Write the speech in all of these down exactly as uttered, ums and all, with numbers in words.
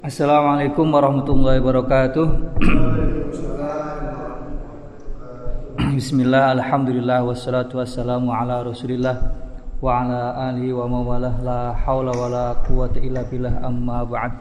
Assalamualaikum warahmatullahi wabarakatuh. Bismillah, alhamdulillah, wassalatu wassalamu ala rasulillah wa ala alihi wa mawalah, la hawla wa la quwata illa billah, amma ba'd.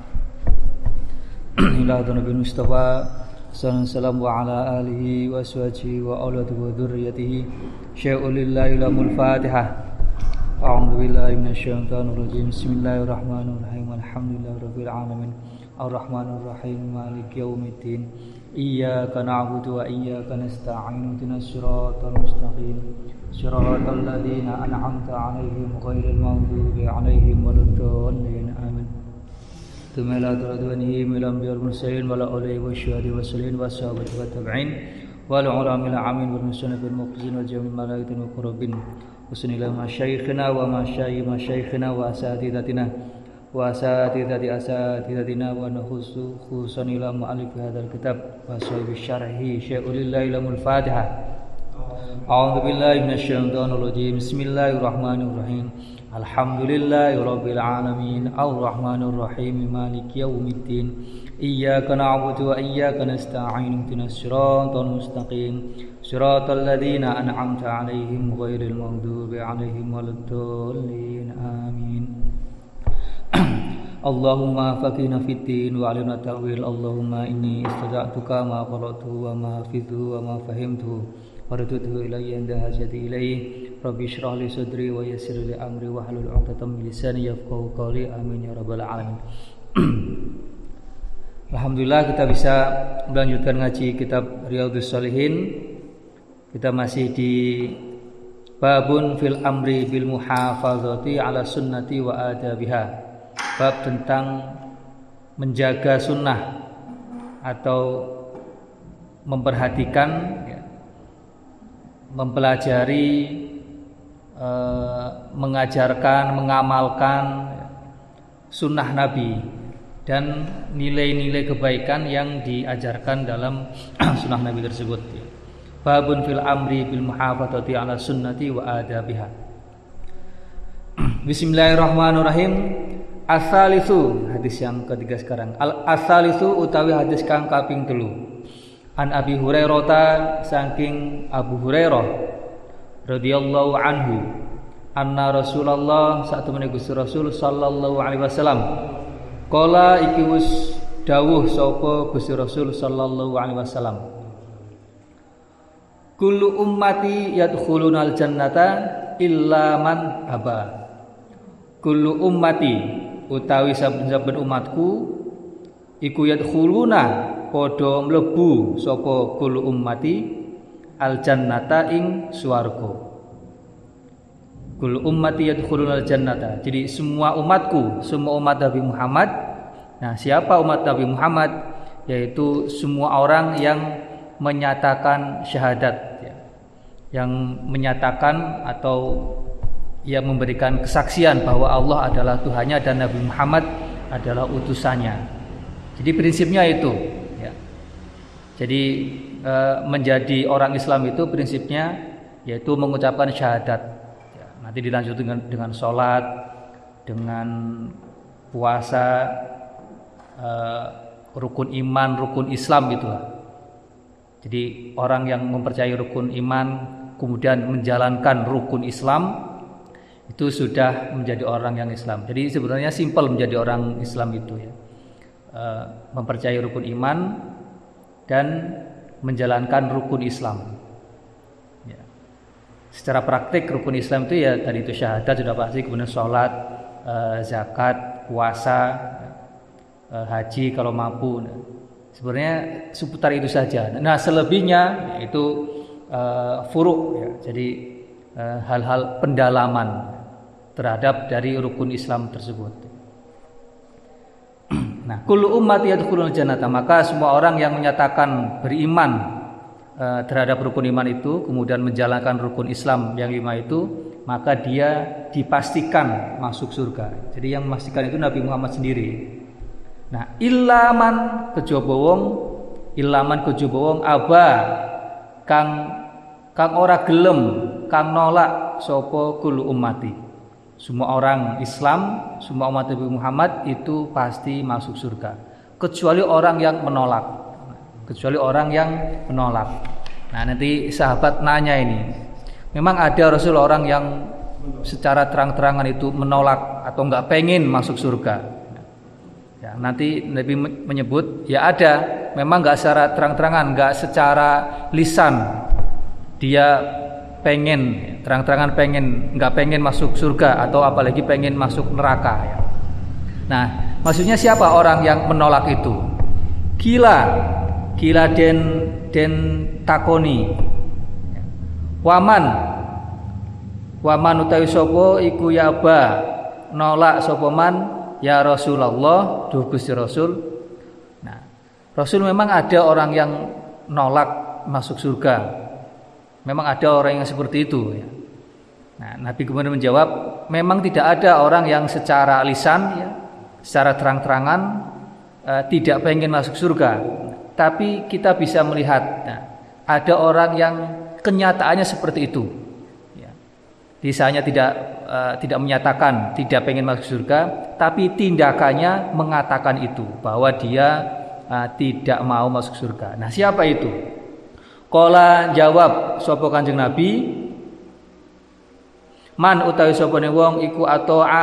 Ila Nabi Mustafa sallallahu wa ala alihi wa aswajihi wa auladihi wa dhurriyyatihi syai'ulillahi lamul fatihah. A'udzu billahi minasyaitonir rajim. Bismillahirrahmanirrahim. Alhamdulillahirabbil alamin. Arrahmanir rahim. Maliki yaumiddin. Iyyaka na'budu wa iyyaka nasta'in. Ihdinas siratal mustaqim. Siratal ladzina an'amta 'alaihim ghairil maghdubi 'alaihim waladdallin. Amin. Tumala turadwanihi milam bil mursalin wala alihi wasyhadi wasallim washabati wa tabi'in wal ulamil amin wal musannifil muqzin wal jamil malaikatil muqarrabin. Bismillah masyayikhina wa masyayi masyayikhina wa asatidatina wa asatidati asatidatina wa nakhusu khususan ila mu'allif hadzal kitab wa sahibi syarhi syai'ulillahi lamul fatihah. A'udzu billahi minasyaitonir rajim. Bismillahirrahmanirrahim. Alhamdulillahi rabbil alamin. Arrahmanir rahim. Maliki yaumiddin. Iyyaka na'budu wa iyyaka nasta'in. Ihdinas siratal mustaqim. Siratal ladzina an'amta 'alaihim ghairil maghdubi 'alaihim waladdallin. Amin. Allahumma faqihna fid din wa 'allimna ta'wil. Allahumma inni istada'tuka ma qara'tu wa ma hafidhu wa ma fahimtu wa radudhu ilayya inda hajati ilayhi. Rabbi shrah li sadri wa yassir li amri wa hlul 'uqdatam min lisani yafqahu qawli. Amin ya rabbal alamin. Alhamdulillah kita bisa melanjutkan ngaji kitab Riyadhus Shalihin. Kita masih di babun fil amri bil muhafazati ala sunnati wa adabiha. Bab tentang menjaga sunnah atau memperhatikan, ya, mempelajari, eh, mengajarkan, mengamalkan, ya, sunnah Nabi dan nilai-nilai kebaikan yang diajarkan dalam sunnah Nabi tersebut. Babun fil amri bil muhafazati ala sunnati wa adabiha. Bismillahirrahmanirrahim. Asalisu, hadis yang ketiga sekarang. Al asalisu utawi hadis kang kaping telu. An Abi Hurairah ta saking Abu Hurairah radhiyallahu anhu anna Rasulullah satemene Gusti Rasul sallallahu alaihi wasallam qala iki wis dawuh sapa Gusti Rasul sallallahu alaihi wasallam. Kullu ummati yadkhulunal jannata illa man aba. Kullu ummati utawi saben-saben umatku iku yadkhuluna padha mlebu sapa kullu ummati al jannata ing swarga. Kullu ummati yadkhulunal jannata. Jadi semua umatku, semua umat Nabi Muhammad. Nah, siapa umat Nabi Muhammad? Yaitu semua orang yang menyatakan syahadat, ya, yang menyatakan atau ia memberikan kesaksian bahwa Allah adalah Tuhannya dan Nabi Muhammad adalah utusannya. Jadi prinsipnya itu, ya. Jadi e, menjadi orang Islam itu prinsipnya yaitu mengucapkan syahadat, ya. Nanti dilanjut dengan dengan sholat, dengan puasa, e, rukun iman, rukun Islam itulah. Jadi orang yang mempercayai rukun iman kemudian menjalankan rukun Islam itu sudah menjadi orang yang Islam. Jadi sebenarnya simpel menjadi orang Islam itu, ya, e, mempercayai rukun iman dan menjalankan rukun Islam, ya. Secara praktik rukun Islam itu ya tadi itu syahadat sudah pasti, kemudian sholat, e, zakat, puasa, e, haji kalau mampu. Sebenarnya seputar itu saja. Nah selebihnya itu e, furu', ya. Jadi e, hal-hal pendalaman terhadap dari rukun Islam tersebut. Nah, kullu ummati yadkhulul jannata, maka semua orang yang menyatakan beriman e, terhadap rukun iman itu kemudian menjalankan rukun Islam yang lima itu, maka dia dipastikan masuk surga. Jadi yang memastikan itu Nabi Muhammad sendiri. Nah, ilaman kejaba wong, ilaman kejaba wong aba kang kang ora gelem, kang nolak sapa kullu ummati. Semua orang Islam, semua umat Nabi Muhammad itu pasti masuk surga. kecuali orang yang menolak. Kecuali orang yang menolak. Nah, nanti sahabat nanya ini, memang ada Rasul orang yang secara terang-terangan itu menolak atau enggak pengen masuk surga? Ya, nanti Nabi menyebut, ya ada, memang enggak secara terang-terangan, enggak secara lisan dia pengen, terang-terangan pengen, enggak pengen masuk surga atau apalagi pengen masuk neraka ya. Nah, maksudnya siapa orang yang menolak itu? Gila, gila den den takoni. Waman, waman utawi sapa iku ya ba nolak sapa man ya Rasulullah, duh Gusti Rasul. Nah, Rasul memang ada orang yang nolak masuk surga. Memang ada orang yang seperti itu ya. Nah, Nabi kemudian menjawab, memang tidak ada orang yang secara lisan ya, secara terang-terangan eh, tidak pengen masuk surga. Tapi kita bisa melihat, nah, ada orang yang kenyataannya seperti itu. Ya. Misalnya tidak uh, tidak menyatakan tidak pengen masuk surga, tapi tindakannya mengatakan itu bahwa dia uh, tidak mau masuk surga. Nah, siapa itu? Qala jawab sapa Kanjeng Nabi, man utawi sapane wong iku ato'a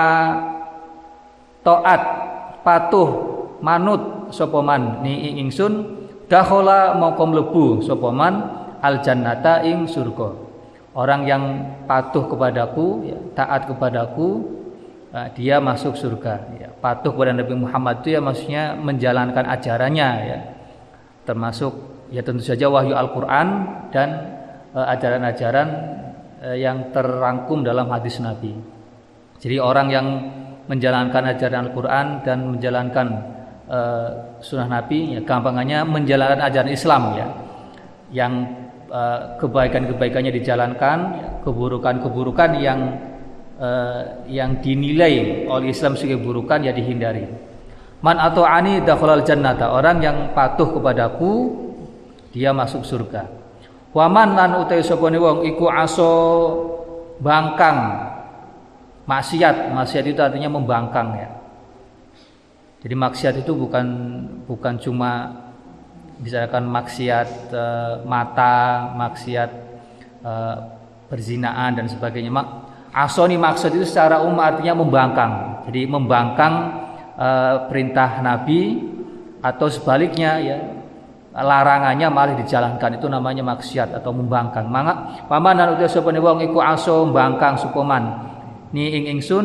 taat patuh manut sapa man ni ing ingsun dakhala mongko mlebu sapa man al jannata ing surga. Orang yang patuh kepadaku ya, taat kepadaku, uh, dia masuk surga ya. Patuh kepada Nabi Muhammad itu ya maksudnya menjalankan ajarannya ya. Termasuk ya tentu saja wahyu Al-Qur'an dan uh, ajaran-ajaran uh, yang terrangkum dalam hadis Nabi. Jadi orang yang menjalankan ajaran Al-Qur'an dan menjalankan uh, sunnah Nabi ya, gampangannya menjalankan ajaran Islam ya. Yang uh, kebaikan-kebaikannya dijalankan, keburukan-keburukan yang uh, yang dinilai oleh Islam sebagai keburukan ya dihindari. Man ata'ani dakhalal jannata, orang yang patuh kepadaku dia masuk surga. Wa man lan utawi sapane wong iku aso bangkang maksiat, maksiat itu artinya membangkang ya. Jadi maksiat itu bukan bukan cuma misalkan maksiat e, mata, maksiat e, perzinaan dan sebagainya. Mak, asoni maksud itu secara umum artinya membangkang. Jadi membangkang e, perintah Nabi atau sebaliknya ya larangannya malah dijalankan, itu namanya maksiat atau membangkang. Mangga pamanan uta sapane wong iku aso mbangkang supoman ni ing ingsun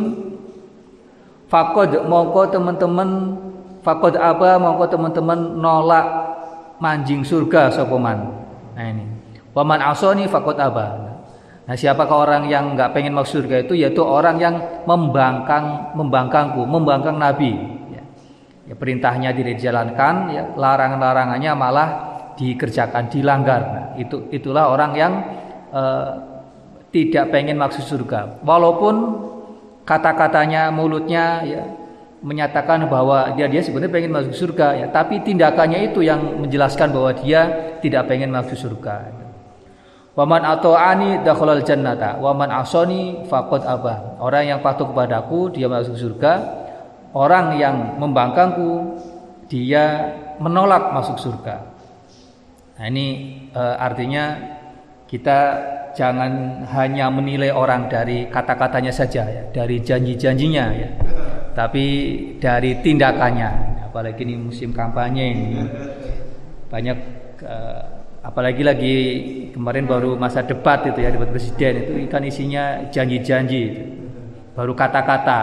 faqad mongko teman-teman faqad apa mongko teman-teman nolak manjing surga sapa man. Nah ini. Wa man asani faqad aba. Nah, siapakah orang yang enggak pengen masuk surga itu? Yaitu orang yang membangkang membangkangku, membangkang Nabi. Ya, ya perintahnya tidak dijalankan, ya, larangan-larangannya malah dikerjakan, dilanggar. Nah, itu itulah orang yang eh, tidak pengen masuk surga. Walaupun kata-katanya, mulutnya ya menyatakan bahwa dia dia sebenarnya pengen masuk surga ya, tapi tindakannya itu yang menjelaskan bahwa dia tidak pengen masuk surga. Waman ata'ani dakhalal jannata waman asani faqad aba. Orang yang patuh kepadaku dia masuk surga, orang yang membangkangku dia menolak masuk surga. Nah, ini e, artinya kita jangan hanya menilai orang dari kata-katanya saja ya, dari janji-janjinya ya, tapi dari tindakannya. Apalagi ini musim kampanye ini banyak uh, apalagi lagi kemarin baru masa debat itu ya, debat presiden itu kan isinya janji-janji, baru kata-kata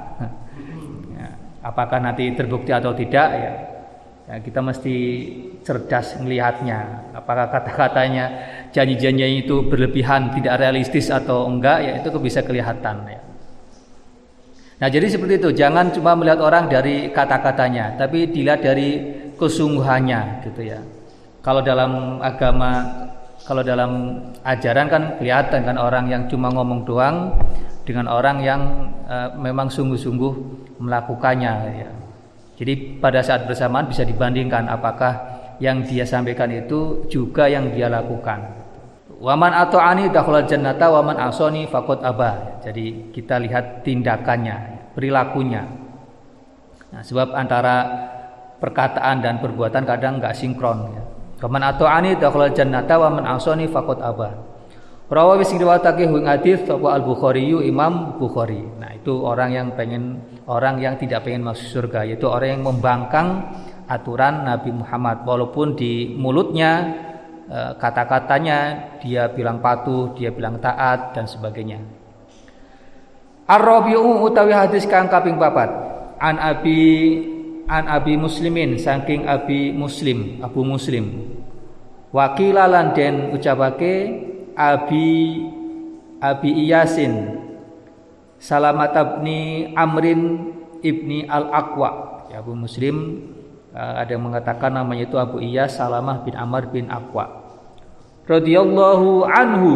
ya, apakah nanti terbukti atau tidak ya, ya kita mesti cerdas melihatnya, apakah kata-katanya janji-janjinya itu berlebihan, tidak realistis atau enggak ya, itu bisa kelihatan ya. Nah, jadi seperti itu, jangan cuma melihat orang dari kata-katanya, tapi dilihat dari kesungguhannya gitu ya. Kalau dalam agama, kalau dalam ajaran kan kelihatan kan orang yang cuma ngomong doang dengan orang yang uh, memang sungguh-sungguh melakukannya ya. Jadi pada saat bersamaan bisa dibandingkan apakah yang dia sampaikan itu juga yang dia lakukan. Waman ata'ani dakhalal jannata waman asani faqad aba. Jadi kita lihat tindakannya, perilakunya. Nah, sebab antara perkataan dan perbuatan kadang enggak sinkron ya. Kaman ata'ani dakhala jannata wa man asani faqad aba. Rawi sing riwayatake ing hadis sapa Al-Bukhari Imam Bukhari. Nah, itu orang yang pengen orang yang tidak pengen masuk surga, yaitu orang yang membangkang aturan Nabi Muhammad walaupun di mulutnya kata-katanya dia bilang patuh, dia bilang taat dan sebagainya. Ar-Rabi'u utawi hadis kang kaping papat. An Abi an Abi Muslimin saking Abi Muslim, Abu Muslim. Wakila lan den ucapake Abi Abi Iyasin Salamat ibni Amrin ibni Al-Aqwa. Ya, Abu Muslim ada yang mengatakan namanya itu Abu Iyas Salamah bin Amr bin Aqwa radhiyallahu anhu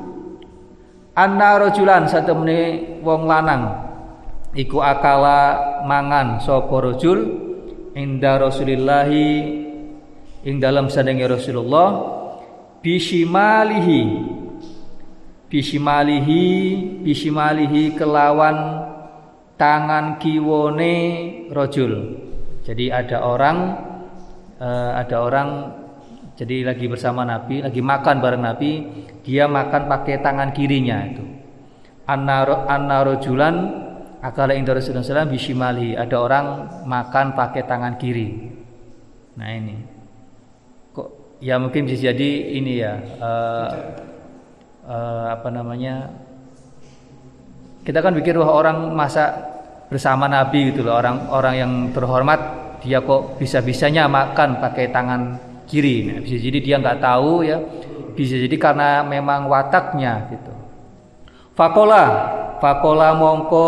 anna rajulan satemene wong lanang iku akala mangan sapa rajul inda Rasulillahi ing dalam sadenge Rasulullah bisimalihi bisimalihi bisimalihi kelawan tangan kiwone rajul. Jadi ada orang uh, ada orang jadi lagi bersama Nabi, lagi makan bareng Nabi, dia makan pakai tangan kirinya itu. Anna anna rajulan akala inda Rasulullah sallallahu alaihi wasallam bisimali, ada orang makan pakai tangan kiri. Nah ini. Kok ya mungkin bisa jadi ini ya uh, uh, apa namanya? Kita kan pikir wah orang masa bersama Nabi gitu loh, orang-orang yang terhormat dia kok bisa-bisanya makan pakai tangan kiri. Nah, bisa jadi dia nggak tahu ya, bisa jadi karena memang wataknya gitu. Fakola, fakola mongko,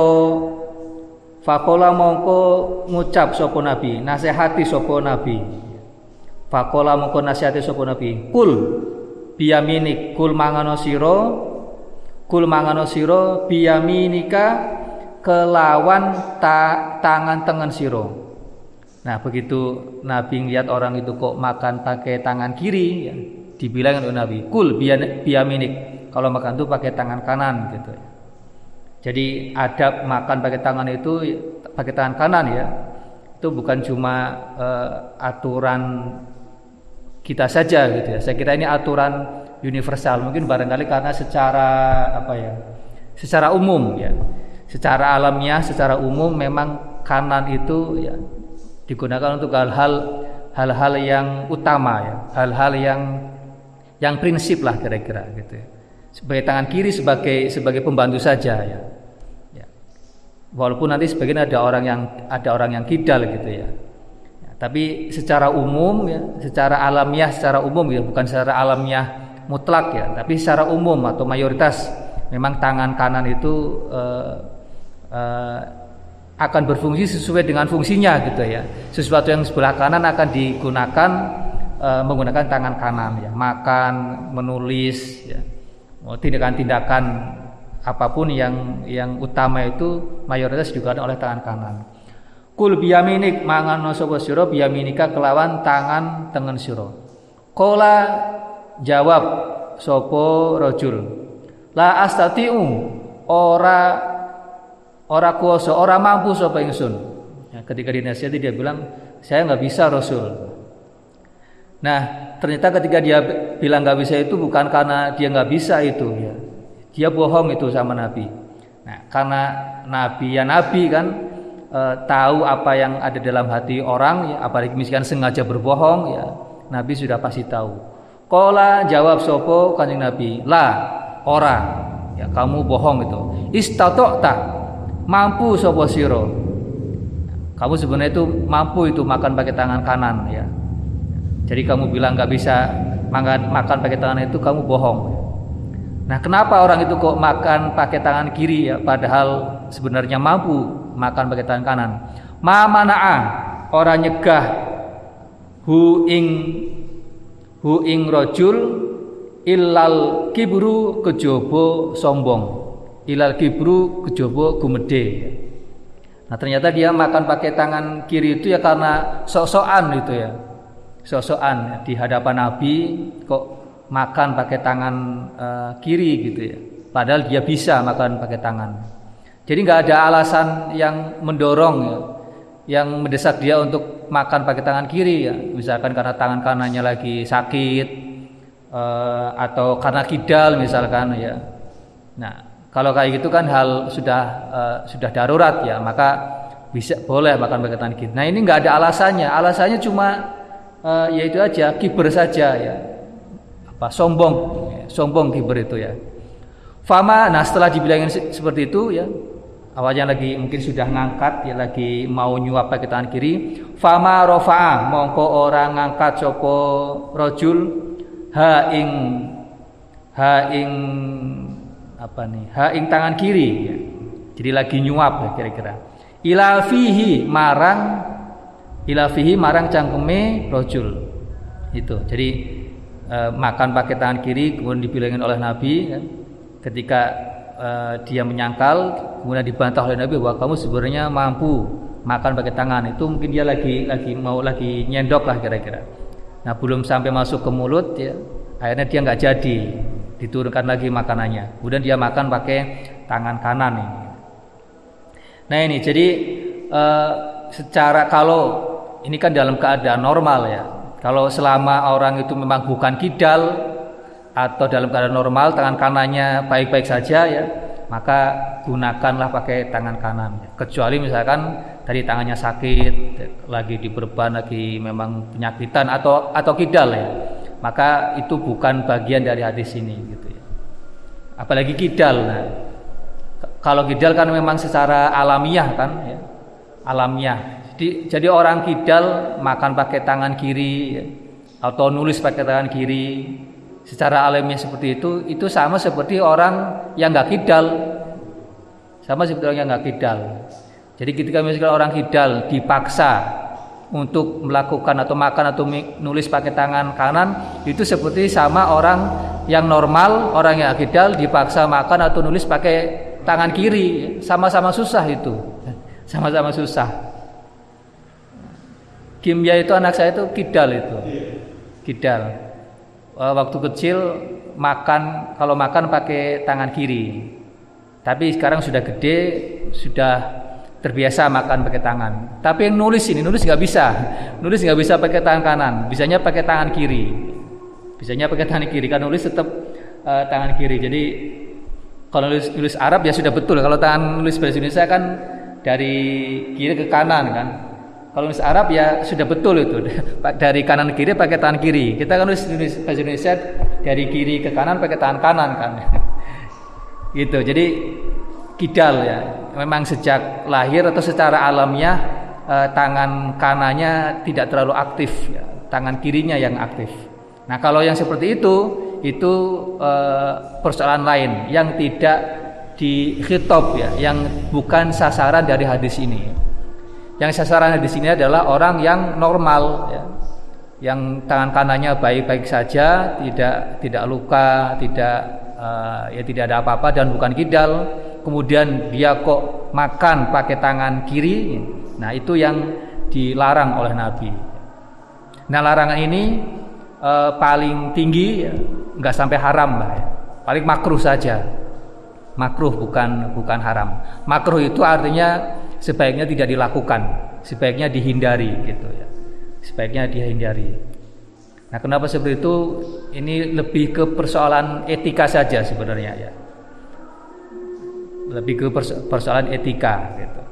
fakola mongko ngucap sopo Nabi, nasihati sopo Nabi. Fakola mongko nasihati sopo Nabi. Kul biyaminik, kul mangano siro, kul mangano siro biyaminika kelawan ta, tangan tengen siro. Nah begitu Nabi lihat orang itu kok makan pakai tangan kiri ya, dibilang oleh Nabi kul biyaminik, kalau makan itu pakai tangan kanan gitu. Jadi adab makan pakai tangan itu pakai tangan kanan ya, itu bukan cuma uh, aturan kita saja gitu ya. Saya kira ini aturan universal, mungkin barangkali karena secara apa ya, secara umum ya. Secara alamiah, secara umum memang kanan itu ya digunakan untuk hal-hal hal-hal yang utama ya, hal-hal yang yang prinsip lah kira-kira gitu ya. Sebagai tangan kiri sebagai sebagai pembantu saja ya. Ya. Walaupun nanti sebagian ada orang yang ada orang yang kidal gitu ya. Ya tapi secara umum ya, secara alamiah, secara umum ya, bukan secara alamiah mutlak ya, tapi secara umum atau mayoritas memang tangan kanan itu eh, Uh, akan berfungsi sesuai dengan fungsinya gitu ya. Sesuatu yang sebelah kanan akan digunakan uh, menggunakan tangan kanan ya. Makan, menulis ya. Tindakan-tindakan apapun yang yang utama itu mayoritas juga oleh tangan kanan. Kul biyaminik mangan sapa sira biyaminika kelawan tangan tengen sira. Qala jawab sapa rajul. La astati'u ora Ora kuasa, ora mampu sapa ingsun. Ya, ketika dinasihati dia bilang, saya nggak bisa Rasul. Nah, ternyata ketika dia bilang nggak bisa itu bukan karena dia nggak bisa itu, ya. Dia bohong itu sama Nabi. Nah, karena Nabi ya Nabi kan e, tahu apa yang ada dalam hati orang, ya, apalagi misalkan sengaja berbohong, ya Nabi sudah pasti tahu. Qala jawab sopo kanjeng Nabi, la ora, ya kamu bohong itu. Istata'ta mampu sapa sira. Kamu sebenarnya itu mampu itu makan pakai tangan kanan ya. Jadi kamu bilang nggak bisa makan makan pakai tangan itu kamu bohong. Nah, kenapa orang itu kok makan pakai tangan kiri ya padahal sebenarnya mampu makan pakai tangan kanan? Ma manaa orang nyegah hu ing hu ing rajul illal kibru kejaba sombong. Ilal kibru kejaba gumedhe. Nah ternyata dia makan pakai tangan kiri itu ya karena sok-sokan gitu ya. Sok-sokan ya. Di hadapan Nabi kok makan pakai tangan uh, kiri gitu ya. Padahal dia bisa makan pakai tangan. Jadi nggak ada alasan yang mendorong ya. yang mendesak dia untuk makan pakai tangan kiri ya, misalkan karena tangan kanannya lagi sakit uh, atau karena kidal misalkan ya. Nah, kalau kayak gitu kan hal sudah uh, sudah darurat ya, maka bisa boleh makan pakai tangan kiri. Nah, ini nggak ada alasannya. Alasannya cuma uh, yaitu aja kiber saja ya. Apa sombong, ya, sombong kiber itu ya. Fama, nah setelah dibilangin seperti itu ya, awalnya lagi mungkin sudah ngangkat ya, lagi mau nyuap pakai tangan kiri. Fama rofa'a, mongko orang ngangkat sopo rojul ha ing ha ing apa nih? Ha ing tangan kiri ya. Jadi lagi nyuap ya kira-kira. Ila fihi marang ila fihi marang cangkeme rojul. Itu. Jadi eh, makan pakai tangan kiri kemudian dibilangin oleh Nabi ya. Ketika uh, dia menyangkal, kemudian dibantah oleh Nabi bahwa kamu sebenarnya mampu makan pakai tangan. Itu mungkin dia lagi lagi mau lagi nyendok lah kira-kira. Nah, belum sampai masuk ke mulut ya, akhirnya dia nggak jadi, diturunkan lagi makanannya. Kemudian dia makan pakai tangan kanan ini. Nah ini jadi uh, secara kalau ini kan dalam keadaan normal ya. Kalau selama orang itu memang bukan kidal atau dalam keadaan normal tangan kanannya baik-baik saja ya, maka gunakanlah pakai tangan kanan. Kecuali misalkan tadi tangannya sakit, lagi diperban, lagi memang penyakitan atau atau kidal ya, maka itu bukan bagian dari hadis ini gitu ya. Apalagi kidal. Nah, kalau kidal kan memang secara alamiah kan ya, alamiah. Jadi, jadi orang kidal makan pakai tangan kiri ya, atau nulis pakai tangan kiri. Secara alamiah seperti itu, itu sama seperti orang yang nggak kidal, sama seperti orang yang nggak kidal. Jadi ketika misalkan orang kidal dipaksa untuk melakukan atau makan atau nulis pakai tangan kanan, itu seperti sama orang yang normal, orang yang kidal dipaksa makan atau nulis pakai tangan kiri, sama-sama susah itu, sama-sama susah. Kimia itu anak saya itu kidal itu, kidal. Waktu kecil makan kalau makan pakai tangan kiri, tapi sekarang sudah gede sudah terbiasa makan pakai tangan. Tapi yang nulis ini nulis nggak bisa, nulis nggak bisa pakai tangan kanan, bisanya pakai tangan kiri, bisanya pakai tangan kiri. Kan nulis tetap uh, tangan kiri. Jadi kalau nulis, nulis Arab ya sudah betul. Kalau tangan nulis bahasa Indonesia kan dari kiri ke kanan kan. Kalau nulis Arab ya sudah betul itu dari kanan ke kiri pakai tangan kiri. Kita kan nulis bahasa Indonesia dari kiri ke kanan pakai tangan kanan kan. Gitu. Jadi kidal ya. Memang sejak lahir atau secara alamiah eh, tangan kanannya tidak terlalu aktif ya. Tangan kirinya yang aktif. Nah, kalau yang seperti itu itu eh, persoalan lain yang tidak di khitab ya, yang bukan sasaran dari hadis ini. Yang sasaran di sini adalah orang yang normal ya, yang tangan kanannya baik-baik saja, tidak tidak luka, tidak uh, ya tidak ada apa-apa dan bukan kidal. Kemudian dia kok makan pakai tangan kiri. Nah, itu yang dilarang oleh Nabi. Nah, larangan ini uh, paling tinggi ya, nggak sampai haram lah ya. Paling makruh saja. Makruh bukan bukan haram. Makruh itu artinya sebaiknya tidak dilakukan, sebaiknya dihindari gitu ya. Sebaiknya dihindari. Nah, kenapa seperti itu? Ini lebih ke persoalan etika saja sebenarnya ya. Lebih ke persoalan etika gitu.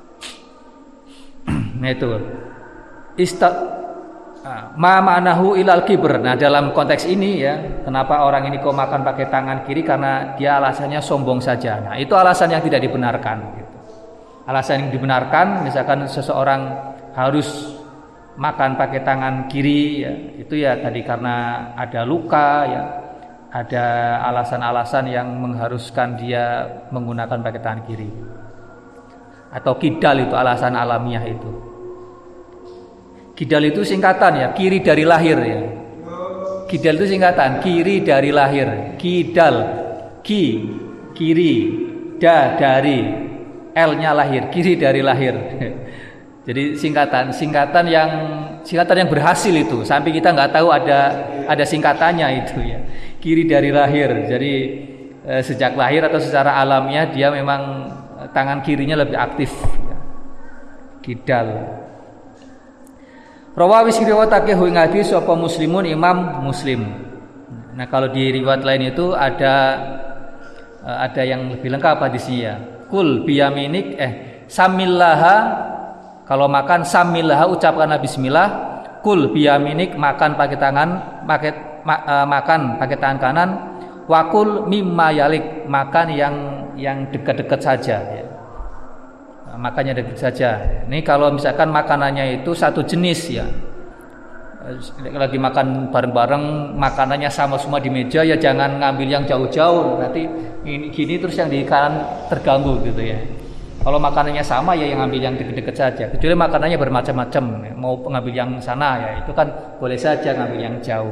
Nah, itu Ista ma ma'nahu ilal kibr. Nah, dalam konteks ini ya, kenapa orang ini kok makan pakai tangan kiri? Karena dia alasannya sombong saja. Nah, itu alasan yang tidak dibenarkan gitu. Alasan yang dibenarkan, misalkan seseorang harus makan pakai tangan kiri, ya, itu ya tadi karena ada luka, ya, ada alasan-alasan yang mengharuskan dia menggunakan pakai tangan kiri. Atau kidal itu alasan alamiah itu. Kidal itu singkatan ya, kiri dari lahir ya. Kidal itu singkatan, kiri dari lahir. Kidal, ki, kiri, da dari. L-nya lahir, kiri dari lahir. Jadi singkatan, singkatan yang singkatan yang berhasil itu. Sampai kita nggak tahu ada ada singkatannya itu ya. Kiri dari lahir. Jadi eh, sejak lahir atau secara alamiah dia memang tangan kirinya lebih aktif. Ya. kidal. Rawawi riwayatake hu ing hadis sapa Muslimun Imam Muslim. Nah, kalau di riwayat lain itu ada ada yang lebih lengkap hadisnya. Kul biyaminik eh samillaha, kalau makan samillaha ucapkanlah bismillah. Kul biyaminik, makan pakai tangan, pakai ma, uh, makan pakai tangan kanan. Wakul mimma yalik, makan yang yang dekat-dekat saja ya. Makannya dekat saja. Ini kalau misalkan makanannya itu satu jenis ya, lagi makan bareng-bareng, makanannya sama semua di meja, ya jangan ngambil yang jauh-jauh, nanti ini gini terus yang di kanan terganggu gitu ya. Kalau makanannya sama ya yang ngambil yang dekat-dekat saja. Kecuali makanannya bermacam-macam, mau ngambil yang sana ya itu kan boleh saja ngambil yang jauh.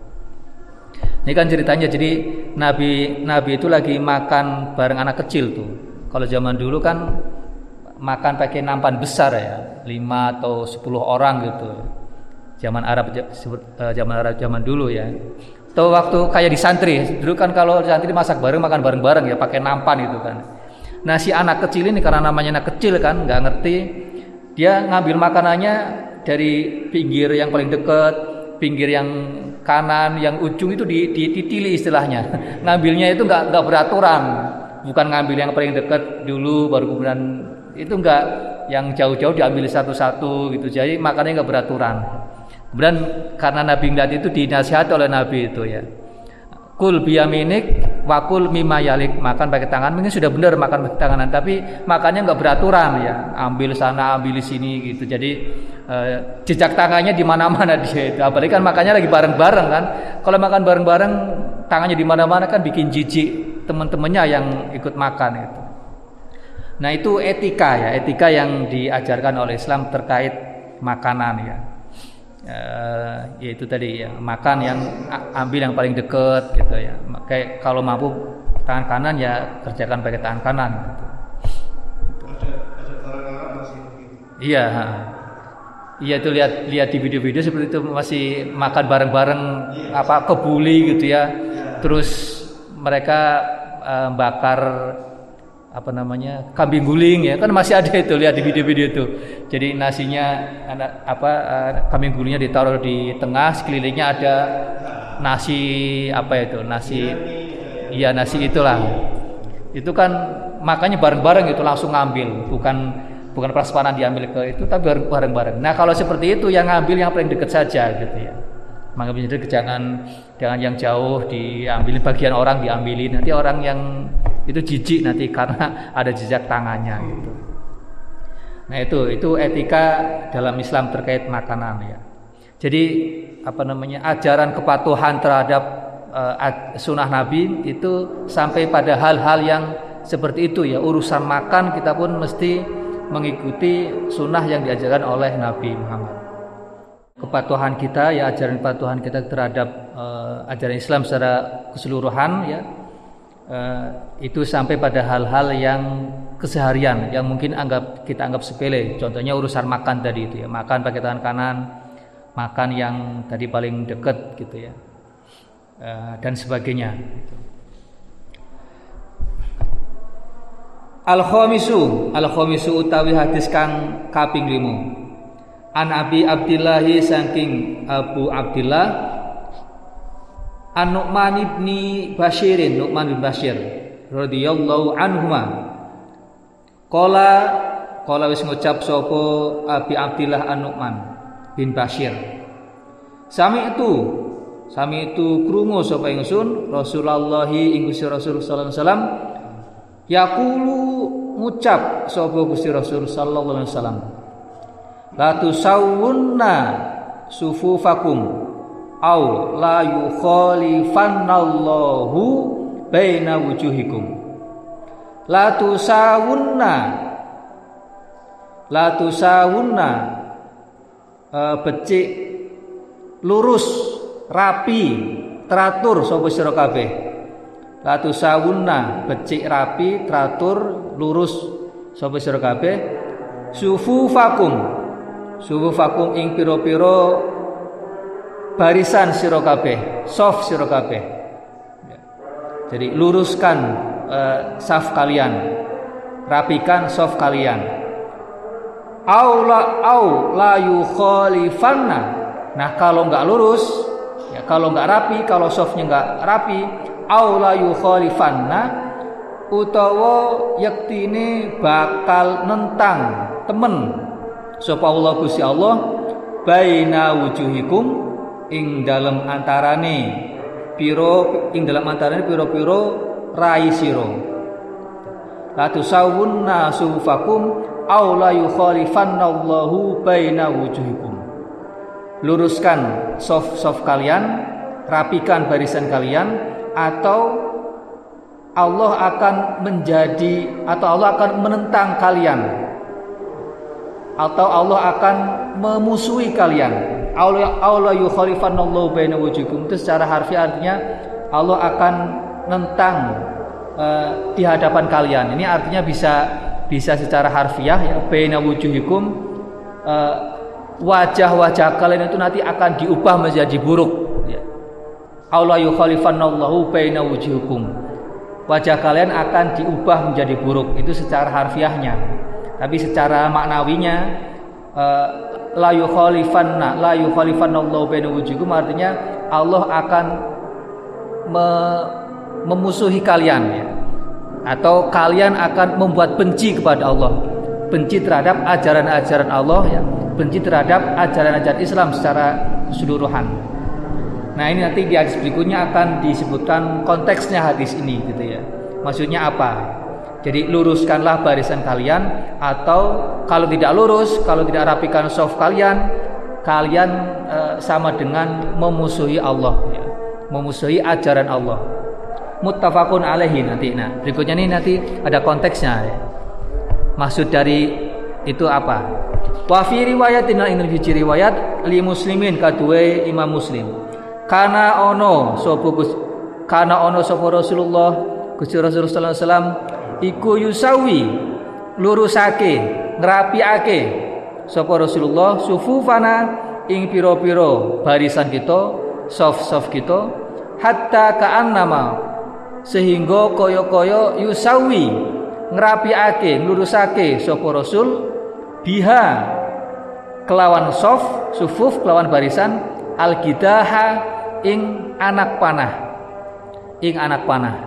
Ini kan ceritanya, jadi Nabi Nabi itu lagi makan bareng anak kecil tuh. Kalau zaman dulu kan makan pakai nampan besar ya, lima atau sepuluh orang gitu. Zaman Arab zaman Arab zaman dulu ya. Atau waktu kayak di santri, dulu kan kalau di santri masak bareng, makan bareng-bareng ya pakai nampan itu kan. Nah, si anak kecil ini karena namanya anak kecil kan, nggak ngerti, dia ngambil makanannya dari pinggir yang paling dekat, pinggir yang kanan, yang ujung itu dititili istilahnya. Ngambilnya itu nggak nggak beraturan, bukan ngambil yang paling dekat dulu baru kemudian itu nggak, yang jauh-jauh diambil satu-satu gitu. Jadi makannya nggak beraturan. Kemudian karena Nabi ngeliat itu dinasihati oleh Nabi itu ya. Kul biyaminik wakul mimma yalik, makan pakai tangan. Mungkin sudah benar makan pakai tangan, tapi makannya nggak beraturan ya. Ambil sana, ambil di sini gitu. Jadi eh, jejak tangannya di mana-mana dia itu. Apalagi kan makannya lagi bareng-bareng kan. Kalau makan bareng-bareng tangannya di mana-mana kan bikin jijik teman-temannya yang ikut makan itu. Nah, itu etika ya, etika yang diajarkan oleh Islam terkait makanan ya. Uh, yaitu tadi ya, makan yang ambil yang paling dekat gitu ya. Kayak kalau mampu tangan kanan ya kerjakan pakai tangan kanan gitu. Ada ada tangan masih begitu. Iya, iya itu lihat lihat di video-video seperti itu masih makan bareng-bareng yeah. Apa kebuli gitu ya. Yeah. Terus mereka uh, bakar apa namanya kambing guling ya, kan masih ada itu, lihat di video-video itu. Jadi nasinya apa kambing gulingnya ditaruh di tengah, sekelilingnya ada nasi apa itu nasi iya nasi itulah. Itu kan makanya bareng-bareng itu langsung ngambil, bukan bukan prasmanan diambil ke itu, tapi bareng-bareng. Nah, kalau seperti itu yang ngambil yang paling dekat saja gitu ya. Mengambil jadi jangan jangan yang jauh diambil, bagian orang diambilin, nanti orang yang itu jijik nanti karena ada jejak tangannya gitu. Nah, itu itu etika dalam Islam terkait makanan ya. Jadi apa namanya ajaran kepatuhan terhadap uh, sunnah Nabi itu sampai pada hal-hal yang seperti itu ya. Urusan makan kita pun mesti mengikuti sunnah yang diajarkan oleh Nabi Muhammad. Kepatuhan kita ya, ajaran kepatuhan kita terhadap uh, ajaran Islam secara keseluruhan ya, uh, itu sampai pada hal-hal yang keseharian yang mungkin anggap kita anggap sepele. Contohnya urusan makan tadi itu ya, makan pakai tangan kanan, makan yang tadi paling dekat gitu ya, uh, dan sebagainya gitu. Al-khamisu al-khamisu utawi hadis kang kaping lima. An Abi Abdillahi saking Abu Abdillah An Nu'man ibni Bashirin, Nu'man bin Bashir radhiyallahu anhuma Qala Qala wis ngucap sapa Abi Abdillah An Nu'man bin Bashir, Sami itu Sami itu krungu sapa ingsun Rasulullah ing Gusti Rasul sallallahu alaihi wasallam yaqulu ngucap sapa Gusti Rasul sallallahu alaihi wasallam, la tusawwunna sufufakum au la yukhalifannallahu baina wujuhikum. La tusawwunna la tusawwunna uh, becik lurus rapi teratur sapa sira kabeh. La tusawwunna becik rapi teratur lurus sapa sira kabeh sufufakum sufufakum ing pira-pira barisan sira kabeh, saf sira kabeh. Jadi luruskan uh, saf kalian, rapikan saf kalian. au la au la yukhalifanna. Nah, kalau enggak lurus, ya kalau enggak rapi, kalau softnya enggak rapi, au la yukhalifanna utawa yektine bakal nentang temen sapa Allah Gusti Allah baina wujuhikum ing dalem antarane piro ing dalem antarane piro-piro rai sira. La tusawwunna sufakum aw la yukhalifanna Allahu baina wujuhikum. Luruskan soft-soft kalian, rapikan barisan kalian, atau Allah akan menjadi atau Allah akan menentang kalian, atau Allah akan memusuhi kalian. Allah yukhalifanna Allahu baina wujuhikum itu secara harfiah artinya Allah akan menentang uh, di hadapan kalian. Ini artinya bisa bisa secara harfiah ya, baina wujuhikum, uh, wajah-wajah kalian itu nanti akan diubah menjadi buruk ya. Allah yukhalifanna Allahu baina wujuhikum, wajah kalian akan diubah menjadi buruk. Itu secara harfiahnya. Tapi secara maknawinya uh, la yukhalifanna la yukhalifanna Allahu baina wujuhikum artinya Allah akan me, memusuhi kalian ya. Atau kalian akan membuat benci kepada Allah, benci terhadap ajaran-ajaran Allah ya, benci terhadap ajaran-ajaran Islam secara keseluruhan. Nah, ini nanti di hadis berikutnya akan disebutkan konteksnya hadis ini gitu ya. Maksudnya apa? Jadi luruskanlah barisan kalian, atau kalau tidak lurus, kalau tidak rapikan soft kalian, kalian e, sama dengan memusuhi Allah ya. Memusuhi ajaran Allah. Muttafaqun alaihi nanti. Nah, berikutnya ini nanti ada konteksnya ya. Maksud dari itu apa? Wa fi riwayatin in riwayat li muslimin kadue Imam Muslim. Kana ono sapa Gus kana ono sapa Rasulullah Gusti Rasulullah sallallahu alaihi wasallam iku yusawi lurusake ngrapiake sapa Rasulullah sufufana ing pira-pira barisan kita soft-soft kita hatta ka'annama sehingga kaya-kaya yusawi ngrapiake lurusake sapa Rasul biha kelawan soft sufuf kelawan barisan al-gidaha ing anak panah ing anak panah.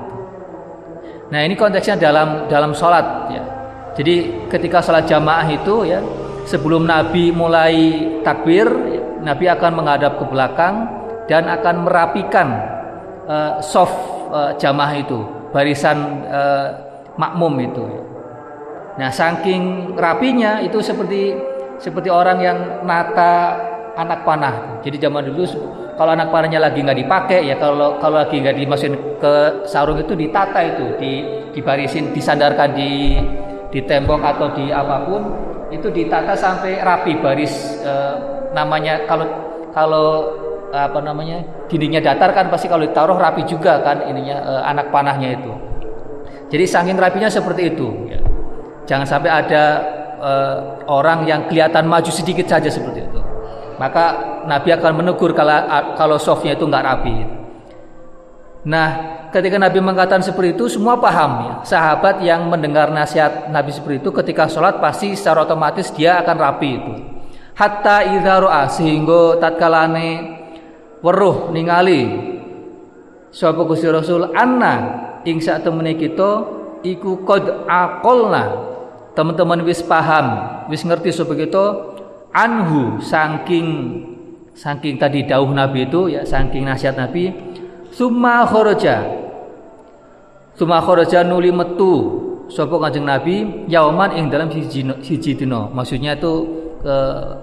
Nah, ini konteksnya dalam dalam sholat ya. Jadi ketika sholat jamaah itu ya, sebelum Nabi mulai takbir, Nabi akan menghadap ke belakang dan akan merapikan uh, soft uh, jamaah itu, barisan uh, makmum itu. Nah, saking rapinya itu seperti seperti orang yang nata anak panah. Jadi zaman dulu kalau anak panahnya lagi nggak dipakai ya, kalau kalau lagi nggak dimasukin ke sarung itu ditata itu, di dibarisin, disandarkan di di tembok atau di apapun, itu ditata sampai rapi baris eh, namanya kalau kalau apa namanya dindingnya datar kan pasti kalau ditaruh rapi juga kan ininya eh, anak panahnya itu. Jadi saking rapinya seperti itu ya. Jangan sampai ada eh, orang yang kelihatan maju sedikit saja seperti itu. Maka Nabi akan menegur kalau kalau softnya itu nggak rapi. Nah, ketika Nabi mengatakan seperti itu, semua paham ya. Sahabat yang mendengar nasihat Nabi seperti itu ketika sholat pasti secara otomatis dia akan rapi itu. Hatta idza ra'a sehingga tatkalane weruh ningali sapa Gusti Rasul anna ing sak temene kita iku qad aqolna. Teman-teman wis paham, wis ngerti sapa kita anhu saking saking tadi dawuh Nabi itu ya, saking nasihat Nabi, summa kharaja summa kharaja nuli metu sapa Kanjeng Nabi yauman ing dalam siji siji dina. Maksudnya itu ke,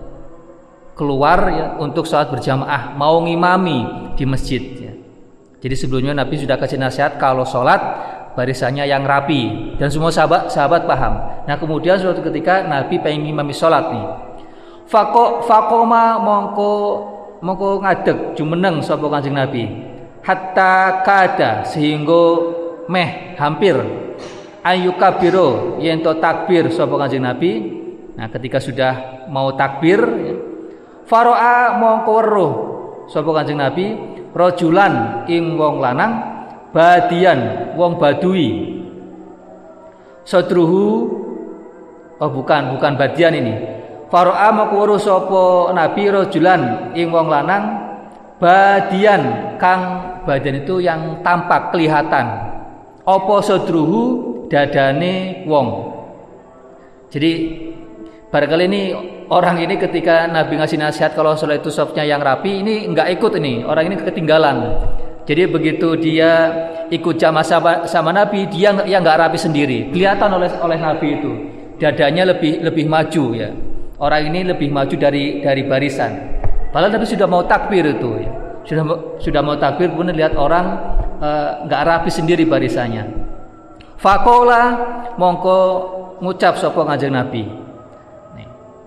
keluar ya untuk salat berjamaah, mau ngimami di masjid ya. Jadi sebelumnya Nabi sudah kasih nasihat kalau salat barisannya yang rapi dan semua sahabat sahabat paham. Nah, kemudian suatu ketika Nabi pengen ngimami salat nih. Fako fakoma mongko mongko ngadeg jumeneng sapa Kanjeng Nabi hatta kada sehingga meh hampir ayyukabiro yen to takbir sapa Kanjeng Nabi. Nah, ketika sudah mau takbir ya, faro'a mongko weruh sapa Kanjeng Nabi rajulan ing wong lanang badian wong badui sadruhu oh bukan bukan badian ini Fara'a maqwuru sapa nabi rajulan ing wong lanang badian kang badan itu yang tampak kelihatan. Apa sadruhu dadane wong. Jadi barangkali ini orang ini ketika Nabi ngasih nasihat kalau sholat itu safnya yang rapi, ini enggak ikut ini. Orang ini ketinggalan. Jadi begitu dia ikut jamaah sama, sama Nabi, dia yang enggak rapi sendiri. Kelihatan oleh oleh Nabi itu. Dadanya lebih lebih maju ya. Orang ini lebih maju dari dari barisan. Padahal Nabi sudah mau takbir itu ya. Sudah sudah mau takbir pun lihat orang enggak uh, rapi sendiri barisannya. Faqala mongko ngucap sapa Kanjeng Nabi. Nih.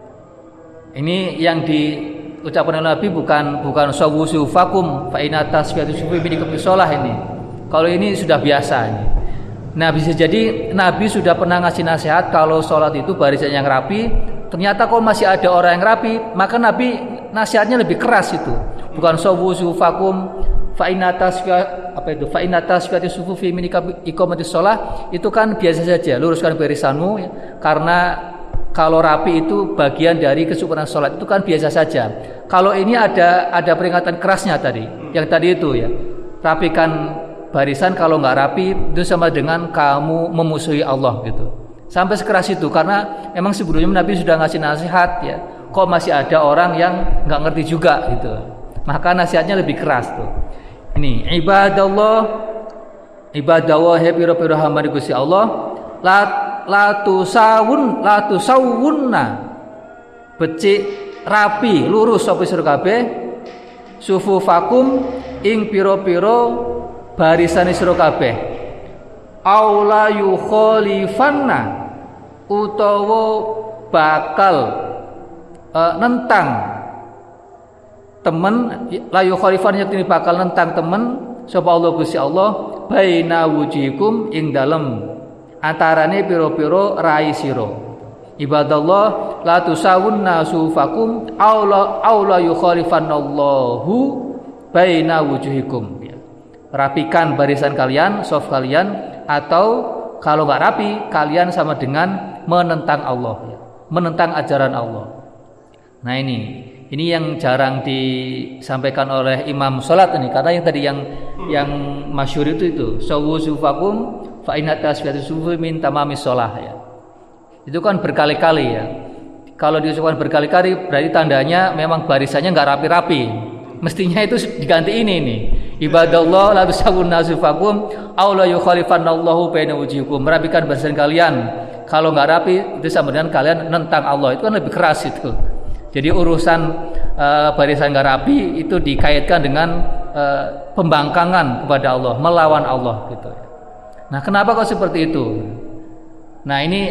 Ini yang diucapkan oleh Nabi bukan bukan sawu sufakum fa inna tasfiyatu sufi min shalah ini. Kalau ini sudah biasa ini. Nah, bisa jadi Nabi sudah pernah ngasih nasihat kalau sholat itu barisan yang rapi. Ternyata kalau masih ada orang yang rapi, maka Nabi nasihatnya lebih keras itu. Bukan sawu sufakum fa inna tasfiyatu apa itu fa inna tasfiyatu sufufi min iqamatis shalah, itu kan biasa saja, luruskan barisanmu ya. Karena kalau rapi itu bagian dari kesempurnaan sholat, itu kan biasa saja. Kalau ini ada ada peringatan kerasnya tadi, yang tadi itu ya, rapikan barisan, kalau nggak rapi itu sama dengan kamu memusuhi Allah gitu. Sampai sekeras itu, karena memang sebelumnya Nabi sudah ngasih nasihat ya, kok masih ada orang yang nggak ngerti juga gitu. Maka nasihatnya lebih keras tuh. Ini ibadallah, ibadallah ya piro-piro hamba Gusti Allah, la la tusawun la tusawunna, becik rapi lurus sapa sira kabeh, sufufakum ing piro-piro barisane sira kabeh, aula yukhalifanna utawa bakal uh, nentang temen, la yukhalifan yakni bakal nentang temen sapa Allah Gusti Allah baina wujikum ing dalem antarane pira-pira rai sira. Ibadallah la tusawunna sufakum aula aula yukhalifanallahu baina wujuhikum. Rapikan barisan kalian, saf kalian, atau kalau enggak rapi kalian sama dengan menentang Allah ya. Menentang ajaran Allah. Nah ini Ini yang jarang disampaikan oleh imam sholat ini, karena yang tadi yang yang masyhur itu itu sawu sufakum fa inna tasfiyatu sufi min tamamis sholah ya. Itu kan berkali-kali ya. Kalau diucapkan berkali-kali berarti tandanya memang barisannya nggak rapi-rapi. Mestinya itu diganti ini nih. Ibadallah la tusawwunna sufakum aw la yukhalifanallahu baina wujuhikum. Merapikan barisan kalian. Kalau nggak rapi itu sama dengan kalian nentang Allah. Itu kan lebih keras itu. Jadi urusan uh, barisan nggak rapi itu dikaitkan dengan uh, pembangkangan kepada Allah, melawan Allah gitu. Nah, kenapa kok seperti itu? Nah, ini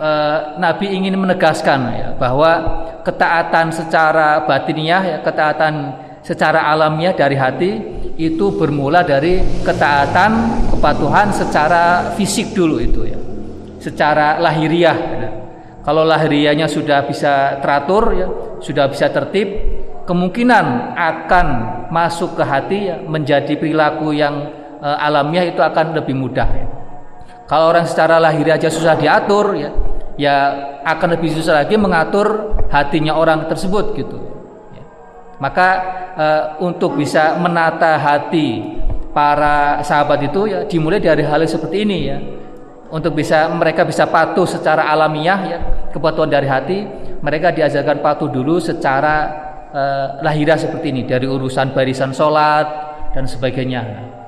uh, Nabi ingin menegaskan ya, bahwa ketaatan secara batiniah, ya, ketaatan secara alamiah dari hati itu bermula dari ketaatan kepatuhan secara fisik dulu itu ya, secara lahiriah. Ya. Kalau lahiriahnya sudah bisa teratur ya, sudah bisa tertib, kemungkinan akan masuk ke hati ya, menjadi perilaku yang e, alamiah itu akan lebih mudah ya. Kalau orang secara lahiriah aja susah diatur ya, ya akan lebih susah lagi mengatur hatinya orang tersebut gitu ya. Maka e, untuk bisa menata hati para sahabat itu ya dimulai dari hal seperti ini ya. Untuk bisa mereka bisa patuh secara alamiah ya, kepatuhan dari hati, mereka diajarkan patuh dulu secara uh, lahiriah seperti ini, dari urusan barisan sholat dan sebagainya.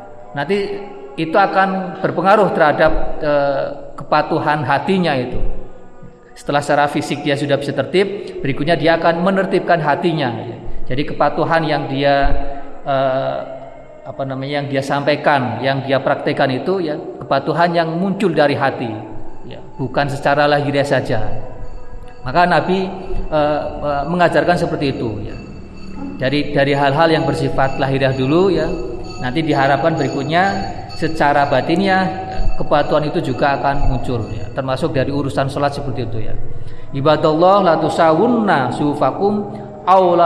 Nanti itu akan berpengaruh terhadap uh, kepatuhan hatinya itu. Setelah secara fisik dia sudah bisa tertib, berikutnya dia akan menertibkan hatinya ya. Jadi kepatuhan yang dia uh, apa namanya yang dia sampaikan, yang dia praktekkan itu ya kepatuhan yang muncul dari hati ya, bukan secara lahiriah saja. Maka Nabi e, e, mengajarkan seperti itu ya. Dari dari hal-hal yang bersifat lahiriah dulu ya, nanti diharapkan berikutnya secara batinnya kepatuhan itu juga akan muncul ya, termasuk dari urusan sholat seperti itu ya. Ibadallah la tusawunna sufakum aw la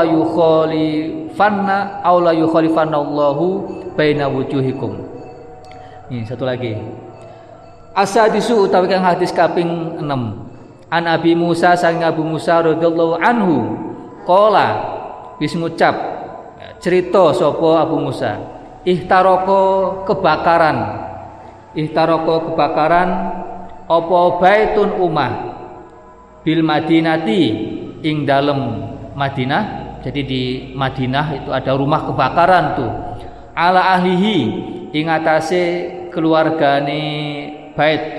yukhalifanna aw la yukhalifanallahu baina wujuhikum. Ini satu lagi. Asadisu utawi kang hadis kaping enam. An Abi Musa sang Abu Musa radhiyallahu anhu qala wis ngucap cerita sapa Abu Musa ihtaroko kebakaran ihtaroko kebakaran apa baitun umah bil Madinati ing dalem Madinah. Jadi di Madinah itu ada rumah kebakaran tuh ala ahlihi ing atase keluargane bait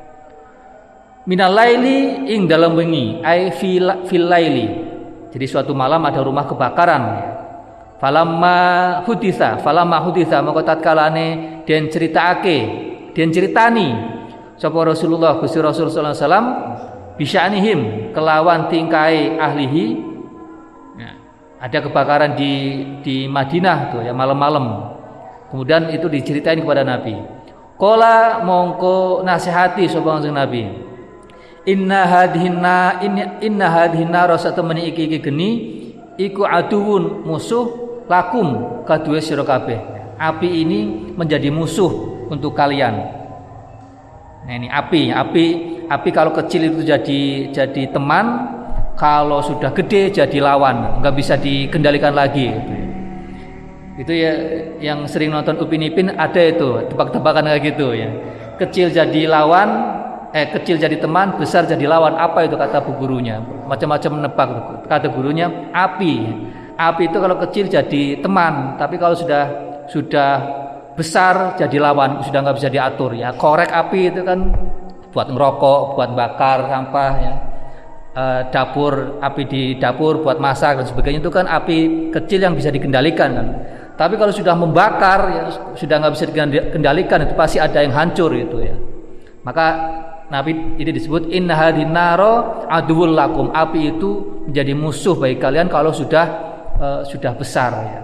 minal laili ing dalam wengi ai fil, fil laili. Jadi suatu malam ada rumah kebakaran. Falamma huditsa falamma huditsa maka tatkalane den critakake den ceritani sapa Rasulullah Gusti Rasul sallallahu alaihi wasallam bisya'nihim kelawan tingkai ahlihi. Nah, ada kebakaran di di Madinah tuh ya malam-malam. Kemudian itu diceritain kepada Nabi. Qala mongko nasihati sapa Nabi. Inna hadhina inna, inna hadhina rasa temeni iki iki geni iku aduun musuh lakum kaduwe sira kabeh. Api ini menjadi musuh untuk kalian. Nah ini api, api, api kalau kecil itu jadi jadi teman, kalau sudah gede jadi lawan, nggak bisa dikendalikan lagi. Itu ya yang sering nonton Upin Ipin ada itu tebak-tebakan kayak gitu ya. Kecil jadi lawan. Eh kecil jadi teman, besar jadi lawan. Apa itu kata bu gurunya? Macam-macam menebak. Kata gurunya api. Api itu kalau kecil jadi teman, tapi kalau sudah sudah besar jadi lawan, sudah nggak bisa diatur ya. Korek api itu kan buat ngerokok, buat bakar sampah ya. E, dapur api di dapur buat masak dan sebagainya itu kan api kecil yang bisa dikendalikan kan. Tapi kalau sudah membakar ya sudah nggak bisa dikendalikan itu pasti ada yang hancur itu ya. Maka Nabi ini disebut inna hadhin naro aduwwul lakum. Api itu menjadi musuh bagi kalian kalau sudah uh, sudah besar ya.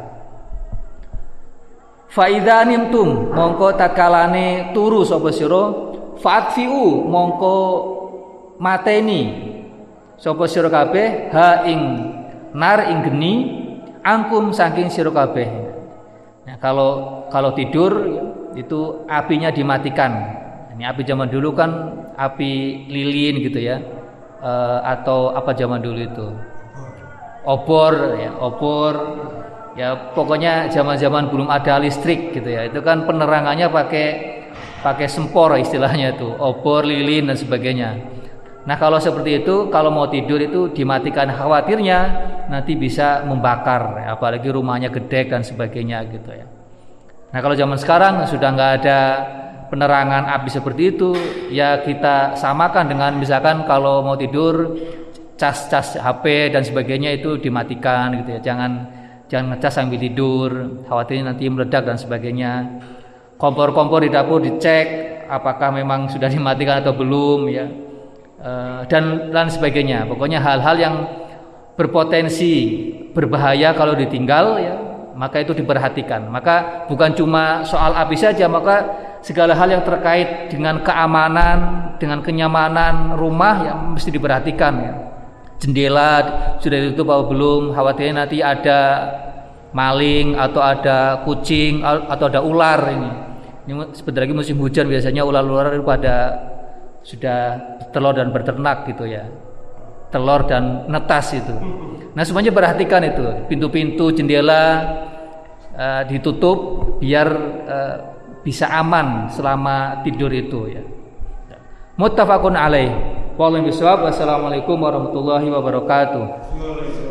Fa idza nimtum mongko tatkalane turu sapa sira fatfiu mongko mateni sapa sira kabeh ha ing nar ing geni angkum saking sira kabeh. Nah, kalau kalau tidur itu apinya dimatikan. Ini api zaman dulu kan api lilin gitu ya, e, atau apa zaman dulu itu, obor ya, obor ya pokoknya zaman-zaman belum ada listrik gitu ya. Itu kan penerangannya pakai pakai sempor istilahnya itu, obor, lilin dan sebagainya. Nah kalau seperti itu, kalau mau tidur itu dimatikan, khawatirnya nanti bisa membakar, ya, apalagi rumahnya gede dan sebagainya gitu ya. Nah kalau zaman sekarang sudah nggak ada penerangan api seperti itu, ya kita samakan dengan misalkan kalau mau tidur cas-cas H P dan sebagainya itu dimatikan gitu ya. Jangan jangan ngecas sambil tidur, khawatirnya nanti meledak dan sebagainya. Kompor-kompor di dapur dicek apakah memang sudah dimatikan atau belum ya. E, dan dan sebagainya. Pokoknya hal-hal yang berpotensi berbahaya kalau ditinggal ya, maka itu diperhatikan. Maka bukan cuma soal api saja, maka segala hal yang terkait dengan keamanan, dengan kenyamanan rumah yang mesti diperhatikan ya. Jendela sudah ditutup atau belum, khawatirnya nanti ada maling atau ada kucing atau ada ular ini. Ini sebentar lagi musim hujan, biasanya ular-ular itu pada sudah telur dan berternak gitu ya. Telur dan netas itu. Nah, semuanya perhatikan itu. Pintu-pintu, jendela uh, ditutup biar uh, bisa aman selama tidur itu ya. Muttafaqun alaih. Wallahu a'lam bishawab. Wassalamualaikum warahmatullahi wabarakatuh.